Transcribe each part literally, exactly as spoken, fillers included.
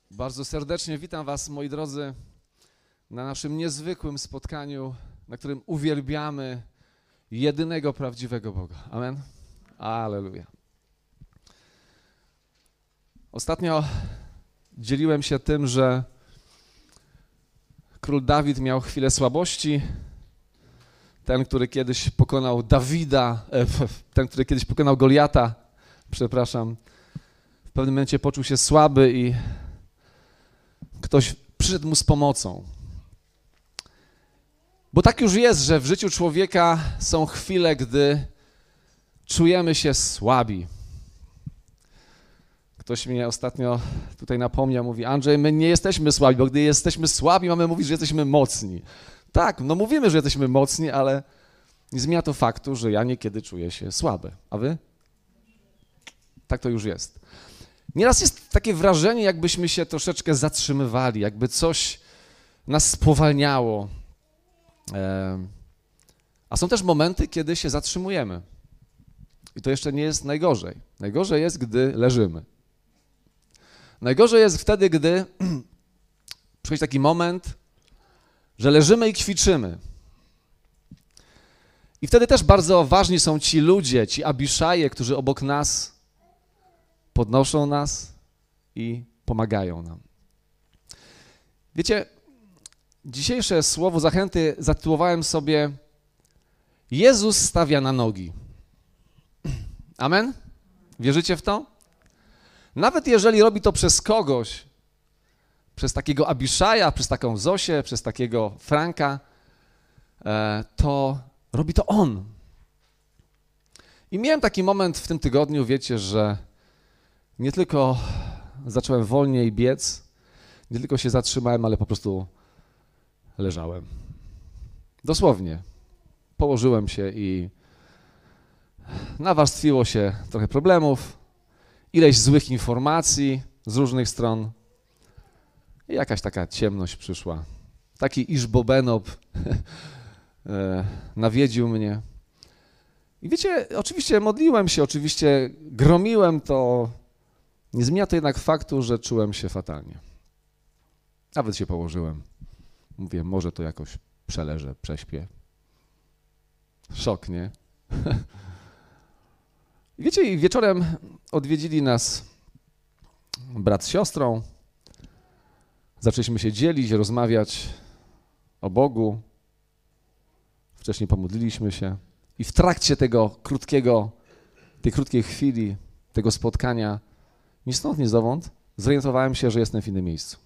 Bardzo serdecznie witam was, moi drodzy, na naszym niezwykłym spotkaniu, na którym uwielbiamy jedynego prawdziwego Boga. Amen? Alleluja. Ostatnio dzieliłem się tym, że król Dawid miał chwilę słabości. Ten, który kiedyś pokonał Dawida, ten, który kiedyś pokonał Goliata, przepraszam, w pewnym momencie poczuł się słaby i ktoś przyszedł mu z pomocą. Bo tak już jest, że w życiu człowieka są chwile, gdy czujemy się słabi. Ktoś mnie ostatnio tutaj napomniał, mówi: Andrzej, my nie jesteśmy słabi, bo gdy jesteśmy słabi, mamy mówić, że jesteśmy mocni. Tak, no mówimy, że jesteśmy mocni, ale nie zmienia to faktu, że ja niekiedy czuję się słaby. A wy? Tak to już jest. Nieraz jest takie wrażenie, jakbyśmy się troszeczkę zatrzymywali, jakby coś nas spowalniało. A są też momenty, kiedy się zatrzymujemy. I to jeszcze nie jest najgorzej. Najgorzej jest, gdy leżymy. Najgorzej jest wtedy, gdy przychodzi taki moment, że leżymy i kwiczymy. I wtedy też bardzo ważni są ci ludzie, ci Abiszaje, którzy obok nas podnoszą nas i pomagają nam. Wiecie, dzisiejsze słowo zachęty zatytułowałem sobie: Jezus stawia na nogi. Amen? Wierzycie w to? Nawet jeżeli robi to przez kogoś, przez takiego Abiszaja, przez taką Zosię, przez takiego Franka, to robi to On. I miałem taki moment w tym tygodniu, wiecie, że nie tylko zacząłem wolniej biec, nie tylko się zatrzymałem, ale po prostu leżałem. Dosłownie. Położyłem się i nawarstwiło się trochę problemów, ileś złych informacji z różnych stron i jakaś taka ciemność przyszła. Taki Iż-Bobenob nawiedził mnie. I wiecie, oczywiście modliłem się, oczywiście gromiłem to. Nie zmienia to jednak faktu, że czułem się fatalnie. Nawet się położyłem. Mówię, może to jakoś przeleżę, prześpię. Szok, nie? I wiecie, wieczorem odwiedzili nas brat z siostrą. Zaczęliśmy się dzielić, rozmawiać o Bogu. Wcześniej pomodliliśmy się. I w trakcie tego krótkiego, tej krótkiej chwili, tego spotkania, ni stąd, ni zowąd, zorientowałem się, że jestem w innym miejscu.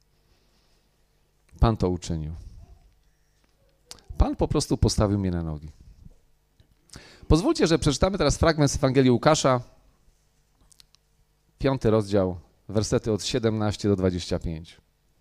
Pan to uczynił. Pan po prostu postawił mnie na nogi. Pozwólcie, że przeczytamy teraz fragment z Ewangelii Łukasza, piąty rozdział, wersety od siedemnastego do dwudziestego piątego.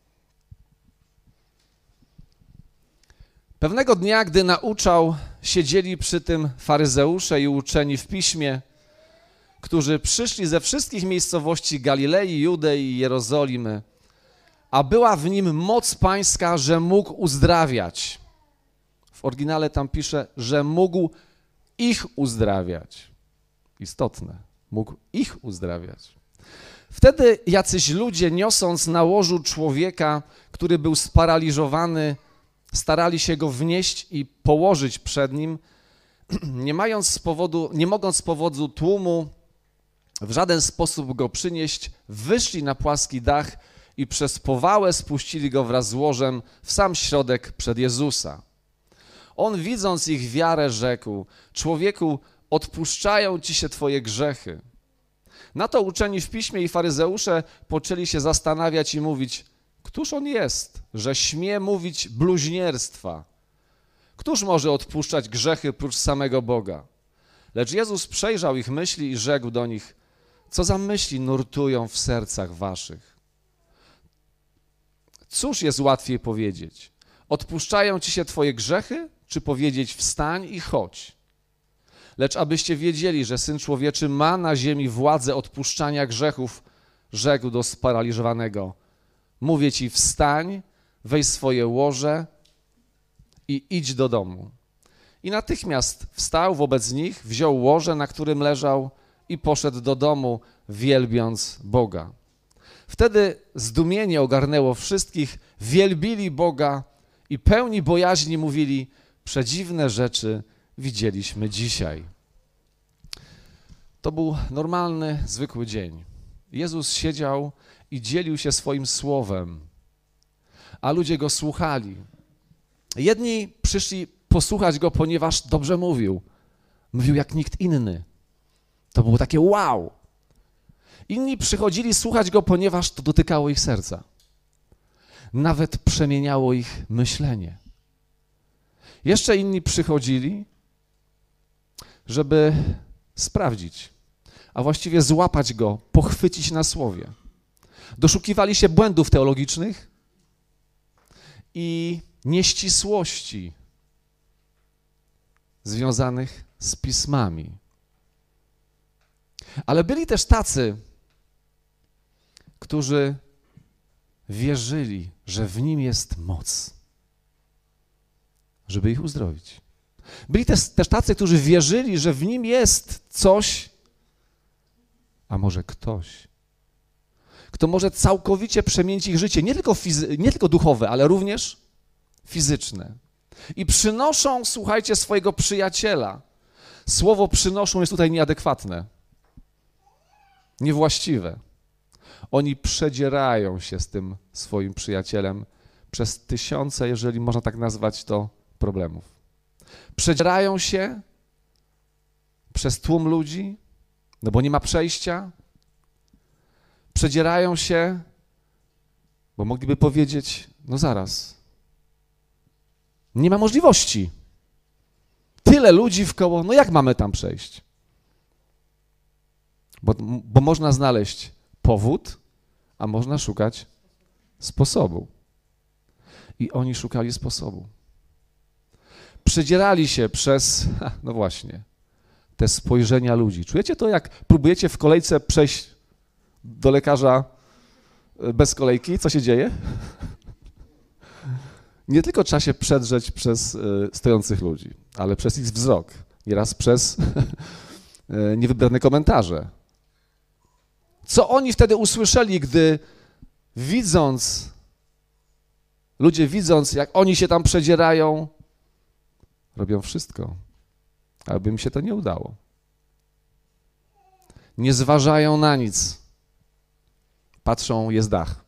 Pewnego dnia, gdy nauczał, siedzieli przy tym faryzeusze i uczeni w piśmie, którzy przyszli ze wszystkich miejscowości Galilei, Judei i Jerozolimy, a była w nim moc pańska, że mógł uzdrawiać. W oryginale tam pisze, że mógł ich uzdrawiać. Istotne, mógł ich uzdrawiać. Wtedy jacyś ludzie, niosąc na łożu człowieka, który był sparaliżowany, starali się go wnieść i położyć przed nim, nie mając z powodu, nie mogąc z powodu tłumu w żaden sposób go przynieść, wyszli na płaski dach i przez powałę spuścili go wraz z łożem w sam środek przed Jezusa. On, widząc ich wiarę, rzekł: człowieku, odpuszczają ci się twoje grzechy. Na to uczeni w piśmie i faryzeusze poczęli się zastanawiać i mówić: któż on jest, że śmie mówić bluźnierstwa? Któż może odpuszczać grzechy prócz samego Boga? Lecz Jezus przejrzał ich myśli i rzekł do nich: co za myśli nurtują w sercach waszych? Cóż jest łatwiej powiedzieć? Odpuszczają ci się twoje grzechy, czy powiedzieć wstań i chodź? Lecz abyście wiedzieli, że Syn Człowieczy ma na ziemi władzę odpuszczania grzechów, rzekł do sparaliżowanego: mówię ci, wstań, weź swoje łoże i idź do domu. I natychmiast wstał wobec nich, wziął łoże, na którym leżał, i poszedł do domu, wielbiąc Boga. Wtedy zdumienie ogarnęło wszystkich, wielbili Boga i pełni bojaźni mówili: przedziwne rzeczy widzieliśmy dzisiaj. To był normalny, zwykły dzień. Jezus siedział i dzielił się swoim słowem, a ludzie go słuchali. Jedni przyszli posłuchać go, ponieważ dobrze mówił. Mówił jak nikt inny. To było takie wow. Inni przychodzili słuchać go, ponieważ to dotykało ich serca. Nawet przemieniało ich myślenie. Jeszcze inni przychodzili, żeby sprawdzić, a właściwie złapać go, pochwycić na słowie. Doszukiwali się błędów teologicznych i nieścisłości związanych z pismami. Ale byli też tacy, którzy wierzyli, że w nim jest moc, żeby ich uzdrowić. Byli też, też tacy, którzy wierzyli, że w nim jest coś, a może ktoś, kto może całkowicie przemienić ich życie, nie tylko, fizy- nie tylko duchowe, ale również fizyczne. I przynoszą, słuchajcie, swojego przyjaciela. Słowo przynoszą jest tutaj nieadekwatne, niewłaściwe. Oni przedzierają się z tym swoim przyjacielem przez tysiące, jeżeli można tak nazwać to, problemów. Przedzierają się przez tłum ludzi, no bo nie ma przejścia. Przedzierają się, bo mogliby powiedzieć: no zaraz, nie ma możliwości. Tyle ludzi wkoło, no jak mamy tam przejść? Bo, bo można znaleźć powód, a można szukać sposobu. I oni szukali sposobu. Przedzierali się przez, no właśnie, te spojrzenia ludzi. Czujecie to, jak próbujecie w kolejce przejść do lekarza bez kolejki? Co się dzieje? Nie tylko trzeba się przedrzeć przez stojących ludzi, ale przez ich wzrok, nieraz przez niewybrane komentarze. Co oni wtedy usłyszeli, gdy widząc, ludzie widząc, jak oni się tam przedzierają, robią wszystko, aby im się to nie udało. Nie zważają na nic. Patrzą, jest dach.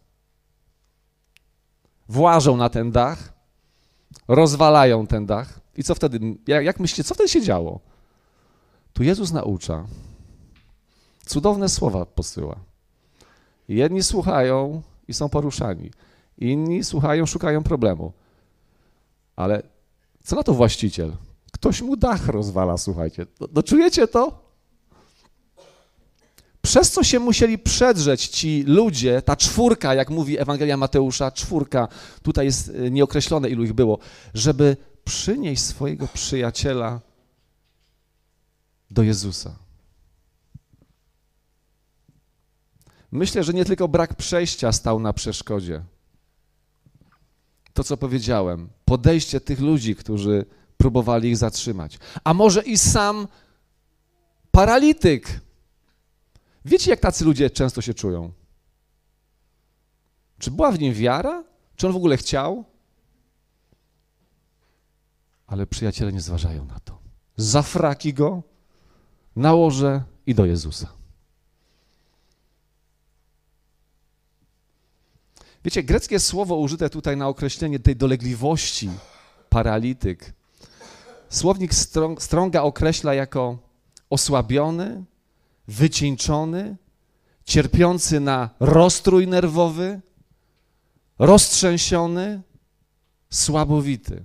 Włażą na ten dach, rozwalają ten dach. I co wtedy, jak, jak myślicie, co wtedy się działo? Tu Jezus naucza. Cudowne słowa posyła. Jedni słuchają i są poruszani. Inni słuchają, szukają problemu. Ale co na to właściciel? Ktoś mu dach rozwala, słuchajcie. No, no czujecie to? Przez co się musieli przedrzeć ci ludzie, ta czwórka, jak mówi Ewangelia Mateusza, czwórka, tutaj jest nieokreślone, ilu ich było, żeby przynieść swojego przyjaciela do Jezusa. Myślę, że nie tylko brak przejścia stał na przeszkodzie. To, co powiedziałem, podejście tych ludzi, którzy próbowali ich zatrzymać. A może i sam paralityk. Wiecie, jak tacy ludzie często się czują? Czy była w nim wiara? Czy on w ogóle chciał? Ale przyjaciele nie zważają na to. Za fraki go nałożę i do Jezusa. Wiecie, greckie słowo użyte tutaj na określenie tej dolegliwości, paralityk, słownik Stronga określa jako osłabiony, wycieńczony, cierpiący na rozstrój nerwowy, roztrzęsiony, słabowity.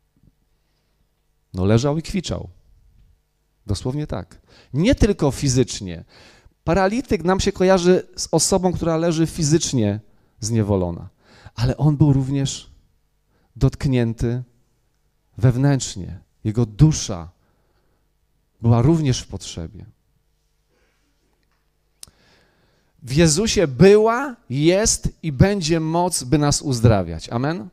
No leżał i kwiczał. Dosłownie tak. Nie tylko fizycznie. Paralityk nam się kojarzy z osobą, która leży fizycznie zniewolona, ale on był również dotknięty wewnętrznie. Jego dusza była również w potrzebie. W Jezusie była, jest i będzie moc, by nas uzdrawiać. Amen?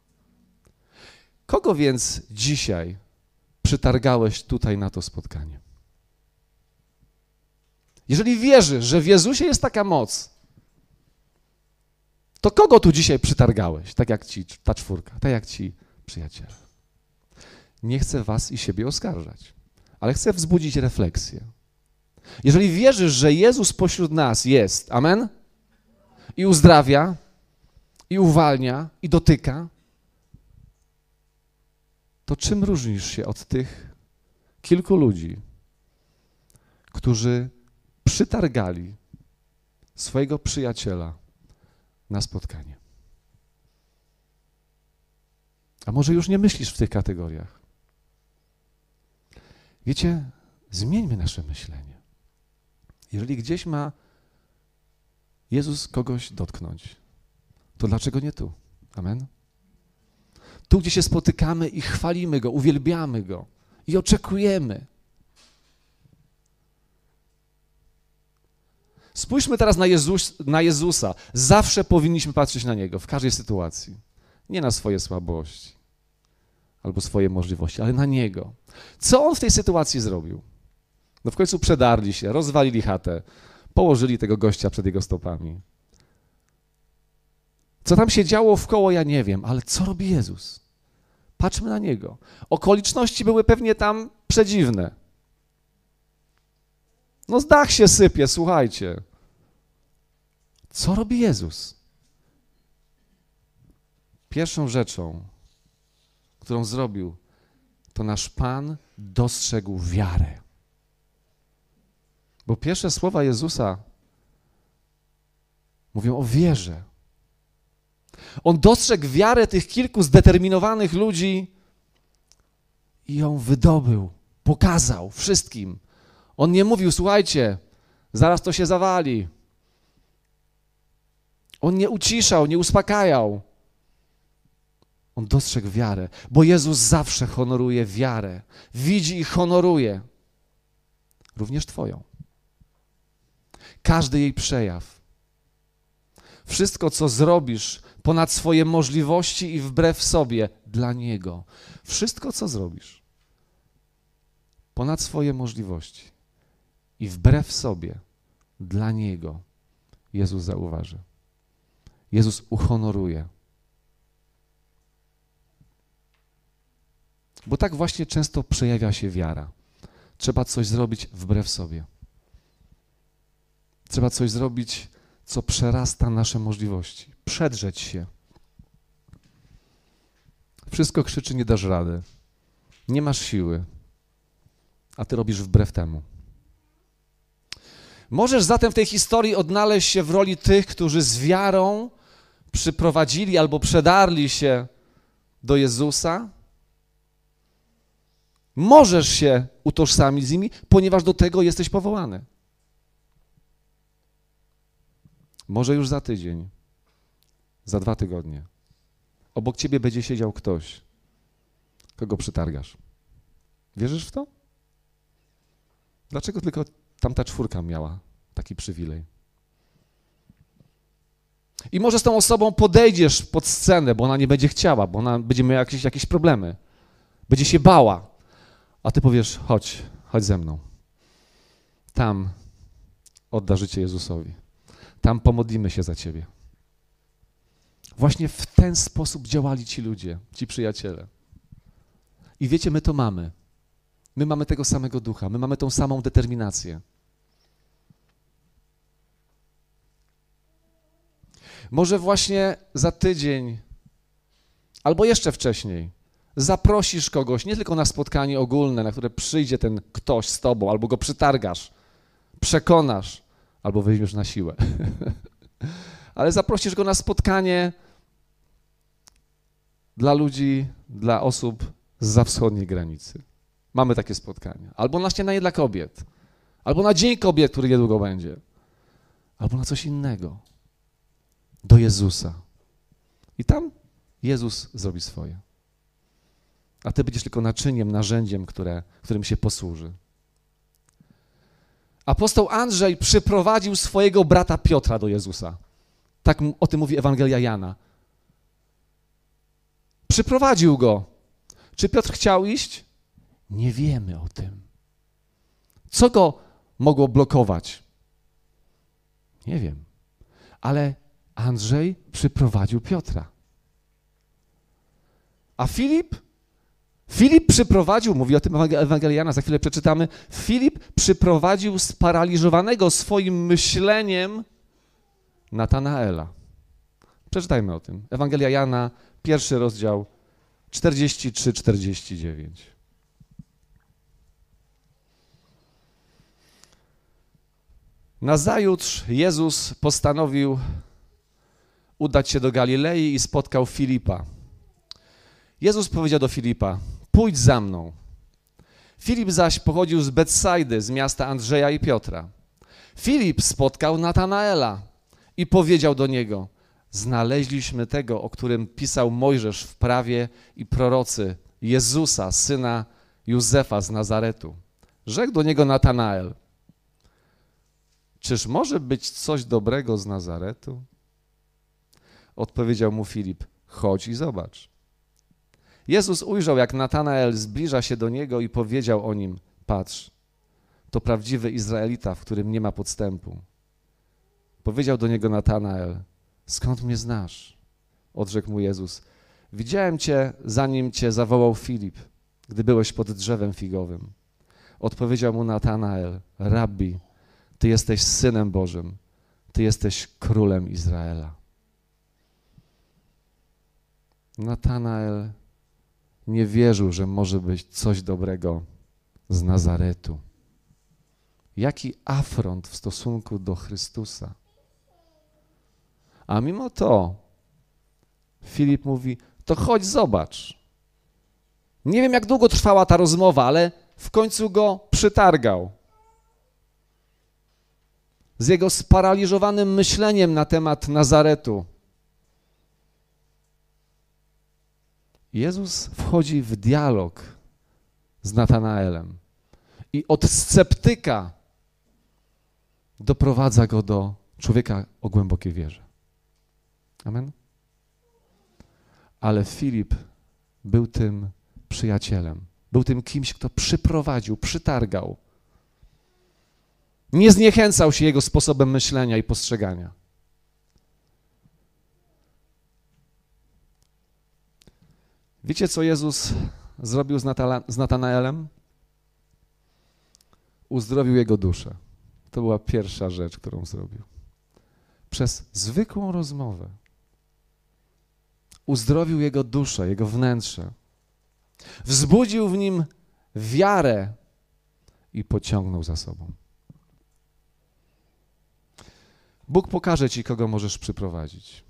Kogo więc dzisiaj przytargałeś tutaj na to spotkanie? Jeżeli wierzysz, że w Jezusie jest taka moc, To kogo tu dzisiaj przytargałeś, tak jak ci ta czwórka, tak jak ci przyjaciele? Nie chcę was i siebie oskarżać, ale chcę wzbudzić refleksję. Jeżeli wierzysz, że Jezus pośród nas jest, amen, i uzdrawia, i uwalnia, i dotyka, to czym różnisz się od tych kilku ludzi, którzy przytargali swojego przyjaciela na spotkanie? A może już nie myślisz w tych kategoriach? Wiecie, zmieńmy nasze myślenie. Jeżeli gdzieś ma Jezus kogoś dotknąć, to dlaczego nie tu? Amen? Tu, gdzie się spotykamy i chwalimy Go, uwielbiamy Go i oczekujemy. Spójrzmy teraz na, Jezus, na Jezusa. Zawsze powinniśmy patrzeć na Niego w każdej sytuacji. Nie na swoje słabości albo swoje możliwości, ale na Niego. Co On w tej sytuacji zrobił? No w końcu przedarli się, rozwalili chatę, położyli tego gościa przed Jego stopami. Co tam się działo wkoło, ja nie wiem, ale co robi Jezus? Patrzmy na Niego. Okoliczności były pewnie tam przedziwne. No dach się sypie, słuchajcie. Co robi Jezus? Pierwszą rzeczą, którą zrobił, to nasz Pan dostrzegł wiarę. Bo pierwsze słowa Jezusa mówią o wierze. On dostrzegł wiarę tych kilku zdeterminowanych ludzi i ją wydobył, pokazał wszystkim. On nie mówił, słuchajcie, zaraz to się zawali. On nie uciszał, nie uspokajał. On dostrzegł wiarę, bo Jezus zawsze honoruje wiarę. Widzi i honoruje. Również twoją. Każdy jej przejaw. Wszystko, co zrobisz ponad swoje możliwości i wbrew sobie dla Niego. Wszystko, co zrobisz ponad swoje możliwości i wbrew sobie dla Niego, Jezus zauważy. Jezus uhonoruje. Bo tak właśnie często przejawia się wiara. Trzeba coś zrobić wbrew sobie. Trzeba coś zrobić, co przerasta nasze możliwości. Przedrzeć się. Wszystko krzyczy, nie dasz rady. Nie masz siły, a ty robisz wbrew temu. Możesz zatem w tej historii odnaleźć się w roli tych, którzy z wiarą przyprowadzili albo przedarli się do Jezusa. Możesz się utożsamić z nimi, ponieważ do tego jesteś powołany. Może już za tydzień, za dwa tygodnie. Obok ciebie będzie siedział ktoś, kogo przytargasz. Wierzysz w to? Dlaczego tylko tamta czwórka miała taki przywilej? I może z tą osobą podejdziesz pod scenę, bo ona nie będzie chciała, bo ona będzie miała jakieś, jakieś problemy. Będzie się bała. A ty powiesz, chodź, chodź ze mną. Tam odda życie Jezusowi. Tam pomodlimy się za ciebie. Właśnie w ten sposób działali ci ludzie, ci przyjaciele. I wiecie, my to mamy. My mamy tego samego ducha, my mamy tą samą determinację. Może właśnie za tydzień, albo jeszcze wcześniej, zaprosisz kogoś nie tylko na spotkanie ogólne, na które przyjdzie ten ktoś z tobą, albo go przytargasz, przekonasz, albo weźmiesz na siłę. Ale zaprosisz go na spotkanie dla ludzi, dla osób zza wschodniej granicy. Mamy takie spotkania. Albo na śniadanie dla kobiet, albo na Dzień Kobiet, który niedługo będzie, albo na coś innego. Do Jezusa. I tam Jezus zrobi swoje. A ty będziesz tylko naczyniem, narzędziem, które, którym się posłuży. Apostoł Andrzej przyprowadził swojego brata Piotra do Jezusa. Tak o tym mówi Ewangelia Jana. Przyprowadził go. Czy Piotr chciał iść? Nie wiemy o tym. Co go mogło blokować? Nie wiem. Ale Andrzej przyprowadził Piotra. A Filip? Filip przyprowadził, mówi o tym Ewangelia Jana, za chwilę przeczytamy, Filip przyprowadził sparaliżowanego swoim myśleniem Natanaela. Przeczytajmy o tym. Ewangelia Jana, pierwszy rozdział, czterdzieści trzy czterdzieści dziewięć. Nazajutrz Jezus postanowił udać się do Galilei i spotkał Filipa. Jezus powiedział do Filipa, pójdź za mną. Filip zaś pochodził z Betsajdy, z miasta Andrzeja i Piotra. Filip spotkał Natanaela i powiedział do niego, znaleźliśmy tego, o którym pisał Mojżesz w prawie i prorocy, Jezusa, syna Józefa z Nazaretu. Rzekł do niego Natanael, czyż może być coś dobrego z Nazaretu? Odpowiedział mu Filip, chodź i zobacz. Jezus ujrzał, jak Natanael zbliża się do niego i powiedział o nim, patrz, to prawdziwy Izraelita, w którym nie ma podstępu. Powiedział do niego Natanael, skąd mnie znasz? Odrzekł mu Jezus, widziałem cię, zanim cię zawołał Filip, gdy byłeś pod drzewem figowym. Odpowiedział mu Natanael, Rabbi, ty jesteś Synem Bożym, ty jesteś Królem Izraela. Natanael nie wierzył, że może być coś dobrego z Nazaretu. Jaki afront w stosunku do Chrystusa. A mimo to Filip mówi, to chodź zobacz. Nie wiem, jak długo trwała ta rozmowa, ale w końcu go przytargał. Z jego sparaliżowanym myśleniem na temat Nazaretu. Jezus wchodzi w dialog z Natanaelem i od sceptyka doprowadza go do człowieka o głębokiej wierze. Amen? Ale Filip był tym przyjacielem, był tym kimś, kto przyprowadził, przytargał. Nie zniechęcał się jego sposobem myślenia i postrzegania. Wiecie, co Jezus zrobił z, Natala, z Natanaelem? Uzdrowił jego duszę. To była pierwsza rzecz, którą zrobił. Przez zwykłą rozmowę uzdrowił jego duszę, jego wnętrze. Wzbudził w nim wiarę i pociągnął za sobą. Bóg pokaże ci, kogo możesz przyprowadzić.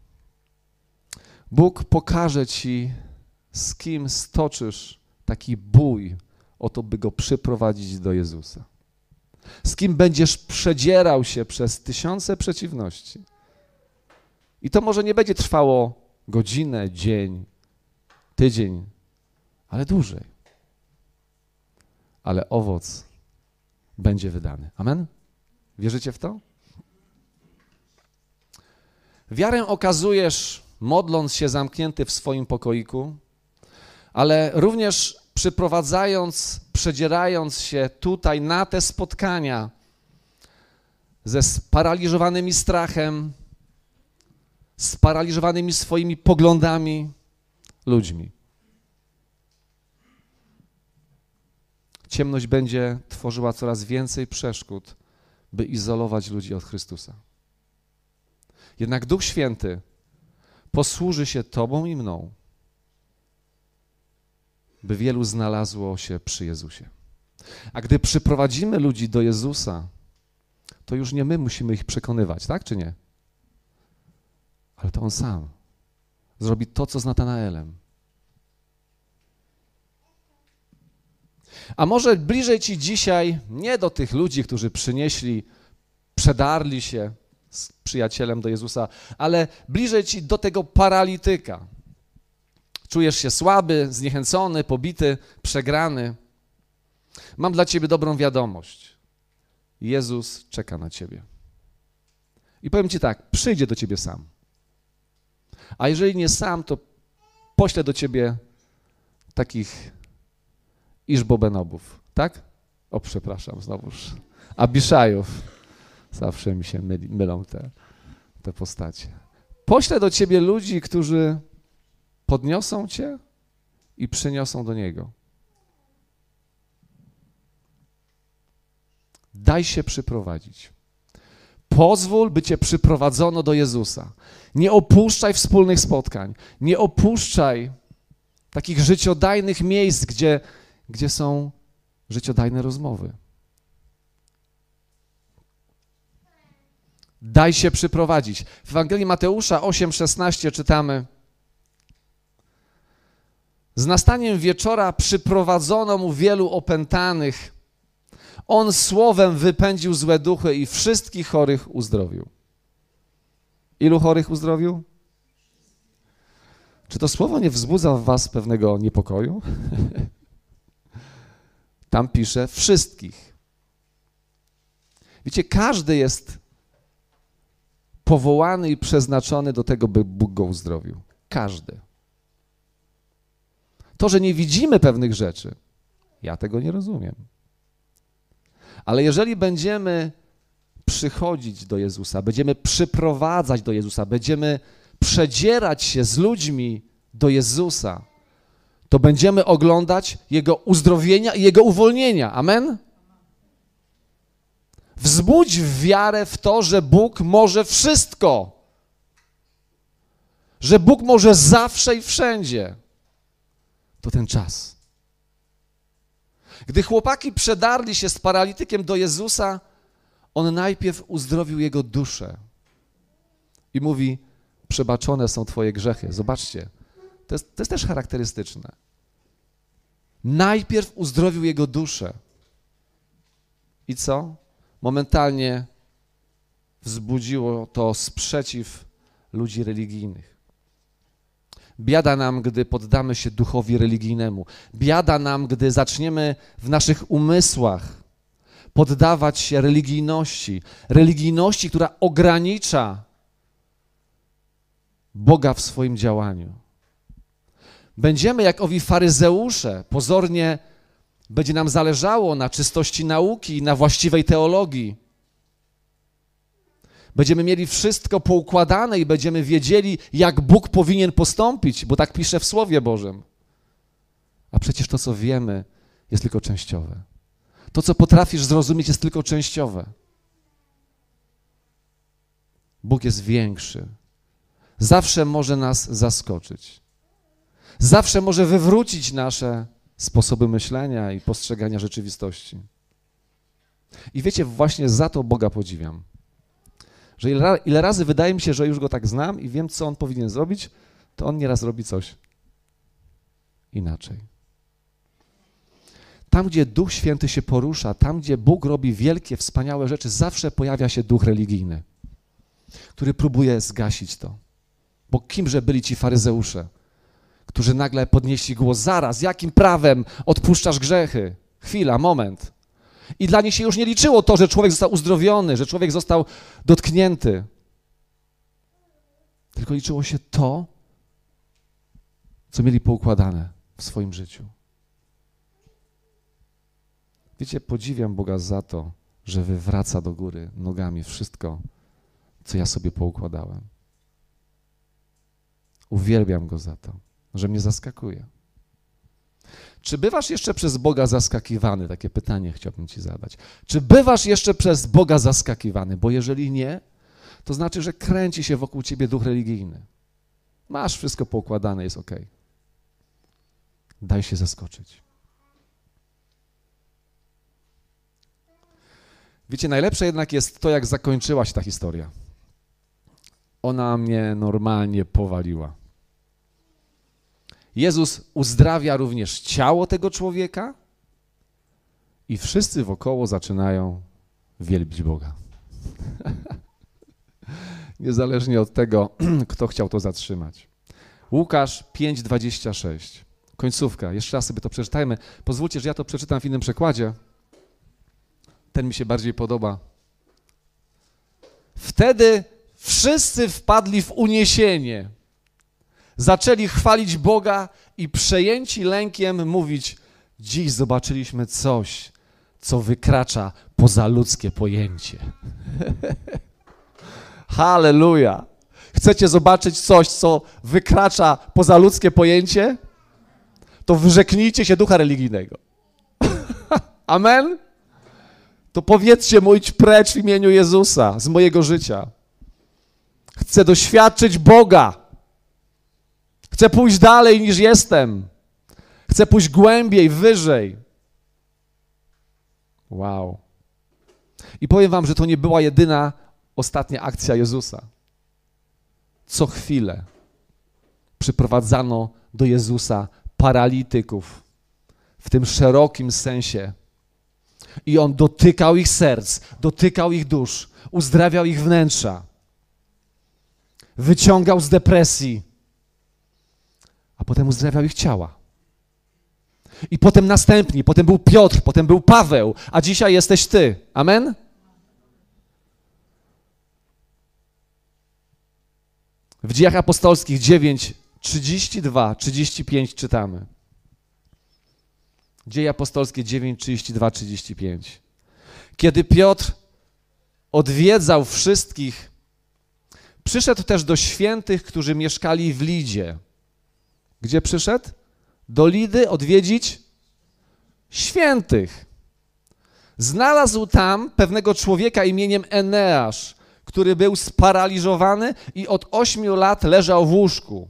Bóg pokaże ci, z kim stoczysz taki bój o to, by go przyprowadzić do Jezusa. Z kim będziesz przedzierał się przez tysiące przeciwności. I to może nie będzie trwało godzinę, dzień, tydzień, ale dłużej. Ale owoc będzie wydany. Amen? Wierzycie w to? Wiarę okazujesz, modląc się zamknięty w swoim pokoiku, ale również przyprowadzając, przedzierając się tutaj na te spotkania ze sparaliżowanymi strachem, sparaliżowanymi swoimi poglądami ludźmi. Ciemność będzie tworzyła coraz więcej przeszkód, by izolować ludzi od Chrystusa. Jednak Duch Święty posłuży się tobą i mną, by wielu znalazło się przy Jezusie. A gdy przyprowadzimy ludzi do Jezusa, to już nie my musimy ich przekonywać, tak czy nie? Ale to On sam zrobi to, co z Natanaelem. A może bliżej ci dzisiaj nie do tych ludzi, którzy przynieśli, przedarli się z przyjacielem do Jezusa, ale bliżej ci do tego paralityka. Czujesz się słaby, zniechęcony, pobity, przegrany. Mam dla ciebie dobrą wiadomość. Jezus czeka na ciebie. I powiem ci tak, przyjdzie do ciebie sam. A jeżeli nie sam, to poślę do ciebie takich Iszbobenobów, tak? O, przepraszam, znowuż. Abiszajów. Zawsze mi się myli, mylą te, te postacie. Poślę do ciebie ludzi, którzy podniosą cię i przyniosą do Niego. Daj się przyprowadzić. Pozwól, by cię przyprowadzono do Jezusa. Nie opuszczaj wspólnych spotkań. Nie opuszczaj takich życiodajnych miejsc, gdzie, gdzie są życiodajne rozmowy. Daj się przyprowadzić. W Ewangelii Mateusza osiem szesnaście czytamy: z nastaniem wieczora przyprowadzono mu wielu opętanych. On słowem wypędził złe duchy i wszystkich chorych uzdrowił. Ilu chorych uzdrowił? Czy to słowo nie wzbudza w was pewnego niepokoju? Tam pisze wszystkich. Wiecie, każdy jest powołany i przeznaczony do tego, by Bóg go uzdrowił. Każdy. To, że nie widzimy pewnych rzeczy, ja tego nie rozumiem. Ale jeżeli będziemy przychodzić do Jezusa, będziemy przyprowadzać do Jezusa, będziemy przedzierać się z ludźmi do Jezusa, to będziemy oglądać Jego uzdrowienia i Jego uwolnienia. Amen? Wzbudź wiarę w to, że Bóg może wszystko. Że Bóg może zawsze i wszędzie. To ten czas. Gdy chłopaki przedarli się z paralitykiem do Jezusa, On najpierw uzdrowił jego duszę. I mówi: przebaczone są twoje grzechy. Zobaczcie, to jest, to jest też charakterystyczne. Najpierw uzdrowił jego duszę. I co? Momentalnie wzbudziło to sprzeciw ludzi religijnych. Biada nam, gdy poddamy się duchowi religijnemu. Biada nam, gdy zaczniemy w naszych umysłach poddawać się religijności. Religijności, która ogranicza Boga w swoim działaniu. Będziemy jak owi faryzeusze, pozornie będzie nam zależało na czystości nauki, na właściwej teologii. Będziemy mieli wszystko poukładane i będziemy wiedzieli, jak Bóg powinien postąpić, bo tak pisze w Słowie Bożym. A przecież to, co wiemy, jest tylko częściowe. To, co potrafisz zrozumieć, jest tylko częściowe. Bóg jest większy. Zawsze może nas zaskoczyć. Zawsze może wywrócić nasze sposoby myślenia i postrzegania rzeczywistości. I wiecie, właśnie za to Boga podziwiam. Że ile, ile razy wydaje mi się, że już Go tak znam i wiem, co On powinien zrobić, to On nieraz robi coś inaczej. Tam, gdzie Duch Święty się porusza, tam, gdzie Bóg robi wielkie, wspaniałe rzeczy, zawsze pojawia się duch religijny, który próbuje zgasić to. Bo kimże byli ci faryzeusze, którzy nagle podnieśli głos: zaraz, jakim prawem odpuszczasz grzechy? Chwila, moment. I dla nich się już nie liczyło to, że człowiek został uzdrowiony, że człowiek został dotknięty. Tylko liczyło się to, co mieli poukładane w swoim życiu. Wiecie, podziwiam Boga za to, że wywraca do góry nogami wszystko, co ja sobie poukładałem. Uwielbiam Go za to, że mnie zaskakuje. Czy bywasz jeszcze przez Boga zaskakiwany? Takie pytanie chciałbym ci zadać. Czy bywasz jeszcze przez Boga zaskakiwany? Bo jeżeli nie, to znaczy, że kręci się wokół ciebie duch religijny. Masz wszystko poukładane, jest okej. Daj się zaskoczyć. Wiecie, najlepsze jednak jest to, jak zakończyła się ta historia. Ona mnie normalnie powaliła. Jezus uzdrawia również ciało tego człowieka i wszyscy wokoło zaczynają wielbić Boga. Niezależnie od tego, kto chciał to zatrzymać. Łukasz pięć dwadzieścia sześć. Końcówka. Jeszcze raz sobie to przeczytajmy. Pozwólcie, że ja to przeczytam w innym przekładzie. Ten mi się bardziej podoba. Wtedy wszyscy wpadli w uniesienie. Zaczęli chwalić Boga i przejęci lękiem mówić: dziś zobaczyliśmy coś, co wykracza poza ludzkie pojęcie. Halleluja. Chcecie zobaczyć coś, co wykracza poza ludzkie pojęcie? To wyrzeknijcie się ducha religijnego. Amen? To powiedzcie mu, idź precz w imieniu Jezusa z mojego życia. Chcę doświadczyć Boga. Chcę pójść dalej niż jestem. Chcę pójść głębiej, wyżej. Wow. I powiem wam, że to nie była jedyna ostatnia akcja Jezusa. Co chwilę przyprowadzano do Jezusa paralityków w tym szerokim sensie. I On dotykał ich serc, dotykał ich dusz, uzdrawiał ich wnętrza, wyciągał z depresji, a potem uzdrawiał ich ciała. I potem następni, potem był Piotr, potem był Paweł, a dzisiaj jesteś ty. Amen? W Dziejach Apostolskich dziewięć, trzydzieści dwa, trzydzieści pięć czytamy. Dzieje Apostolskie dziewięć, trzydzieści dwa, trzydzieści pięć. Kiedy Piotr odwiedzał wszystkich, przyszedł też do świętych, którzy mieszkali w Lidzie. Gdzie przyszedł? Do Lidy odwiedzić świętych. Znalazł tam pewnego człowieka imieniem Eneasz, który był sparaliżowany i od ośmiu lat leżał w łóżku.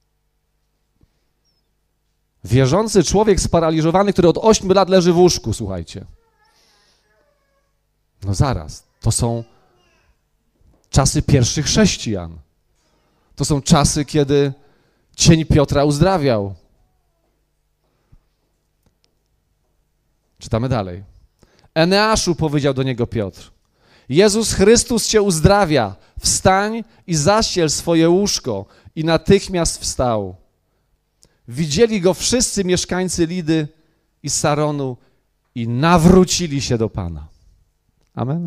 Wierzący człowiek sparaliżowany, który od ośmiu lat leży w łóżku, słuchajcie. No zaraz, to są czasy pierwszych chrześcijan. To są czasy, kiedy cień Piotra uzdrawiał. Czytamy dalej. Eneaszu, powiedział do niego Piotr, Jezus Chrystus cię uzdrawia, wstań i zaściel swoje łóżko. I natychmiast wstał. Widzieli go wszyscy mieszkańcy Lidy i Saronu i nawrócili się do Pana. Amen.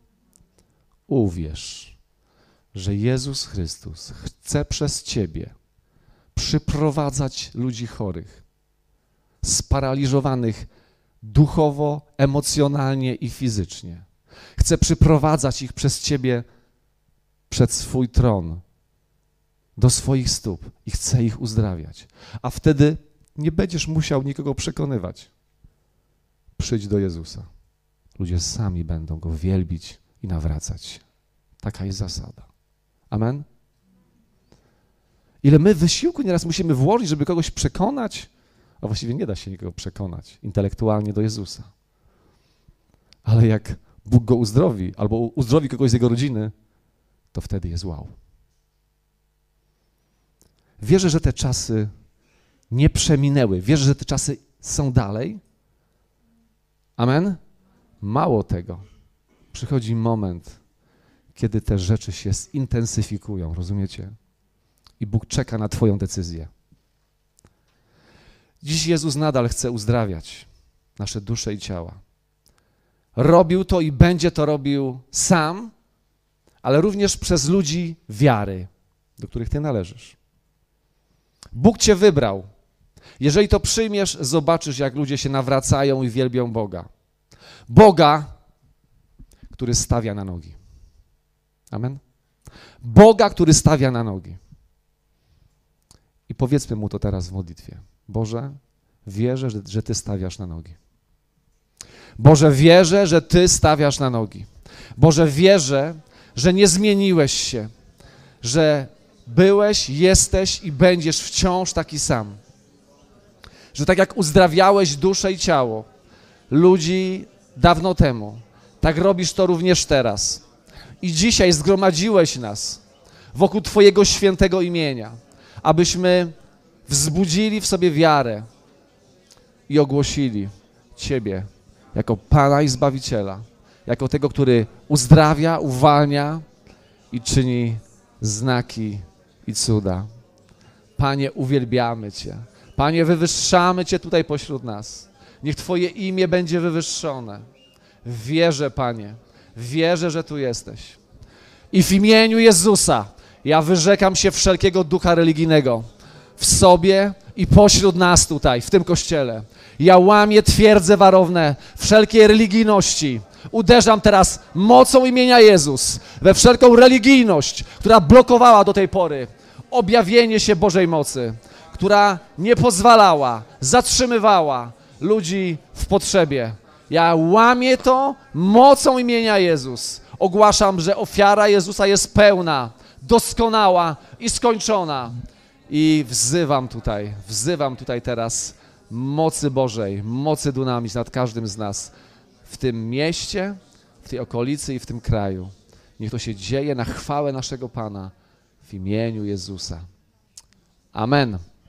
Uwierz, że Jezus Chrystus chce przez ciebie przyprowadzać ludzi chorych, sparaliżowanych duchowo, emocjonalnie i fizycznie. Chce przyprowadzać ich przez ciebie przed swój tron, do swoich stóp i chce ich uzdrawiać. A wtedy nie będziesz musiał nikogo przekonywać. Przyjdź do Jezusa. Ludzie sami będą Go wielbić i nawracać się. Taka jest zasada. Amen? Ile my wysiłku nieraz musimy włożyć, żeby kogoś przekonać, a właściwie nie da się nikogo przekonać intelektualnie do Jezusa. Ale jak Bóg go uzdrowi, albo uzdrowi kogoś z jego rodziny, to wtedy jest wow. Wierzę, że te czasy nie przeminęły. Wierzę, że te czasy są dalej. Amen? Mało tego. Przychodzi moment, kiedy te rzeczy się zintensyfikują, rozumiecie? I Bóg czeka na twoją decyzję. Dziś Jezus nadal chce uzdrawiać nasze dusze i ciała. Robił to i będzie to robił sam, ale również przez ludzi wiary, do których ty należysz. Bóg cię wybrał. Jeżeli to przyjmiesz, zobaczysz, jak ludzie się nawracają i wielbią Boga. Boga, który stawia na nogi. Amen? Boga, który stawia na nogi. I powiedzmy Mu to teraz w modlitwie. Boże, wierzę, że, że Ty stawiasz na nogi. Boże, wierzę, że Ty stawiasz na nogi. Boże, wierzę, że nie zmieniłeś się, że byłeś, jesteś i będziesz wciąż taki sam. Że tak jak uzdrawiałeś duszę i ciało ludzi dawno temu, tak robisz to również teraz. I dzisiaj zgromadziłeś nas wokół Twojego świętego imienia, abyśmy wzbudzili w sobie wiarę i ogłosili Ciebie jako Pana i Zbawiciela, jako tego, który uzdrawia, uwalnia i czyni znaki i cuda. Panie, uwielbiamy Cię. Panie, wywyższamy Cię tutaj pośród nas. Niech Twoje imię będzie wywyższone. Wierzę, Panie, wierzę, że tu jesteś. I w imieniu Jezusa ja wyrzekam się wszelkiego ducha religijnego w sobie i pośród nas tutaj, w tym kościele. Ja łamię twierdze warowne wszelkiej religijności, Uderzam teraz mocą imienia Jezus we wszelką religijność, która blokowała do tej pory objawienie się Bożej mocy, która nie pozwalała, zatrzymywała ludzi w potrzebie. Ja łamię to mocą imienia Jezus. Ogłaszam, że ofiara Jezusa jest pełna, doskonała i skończona. I wzywam tutaj, wzywam tutaj teraz mocy Bożej, mocy dunamis nad każdym z nas w tym mieście, w tej okolicy i w tym kraju. Niech to się dzieje na chwałę naszego Pana w imieniu Jezusa. Amen.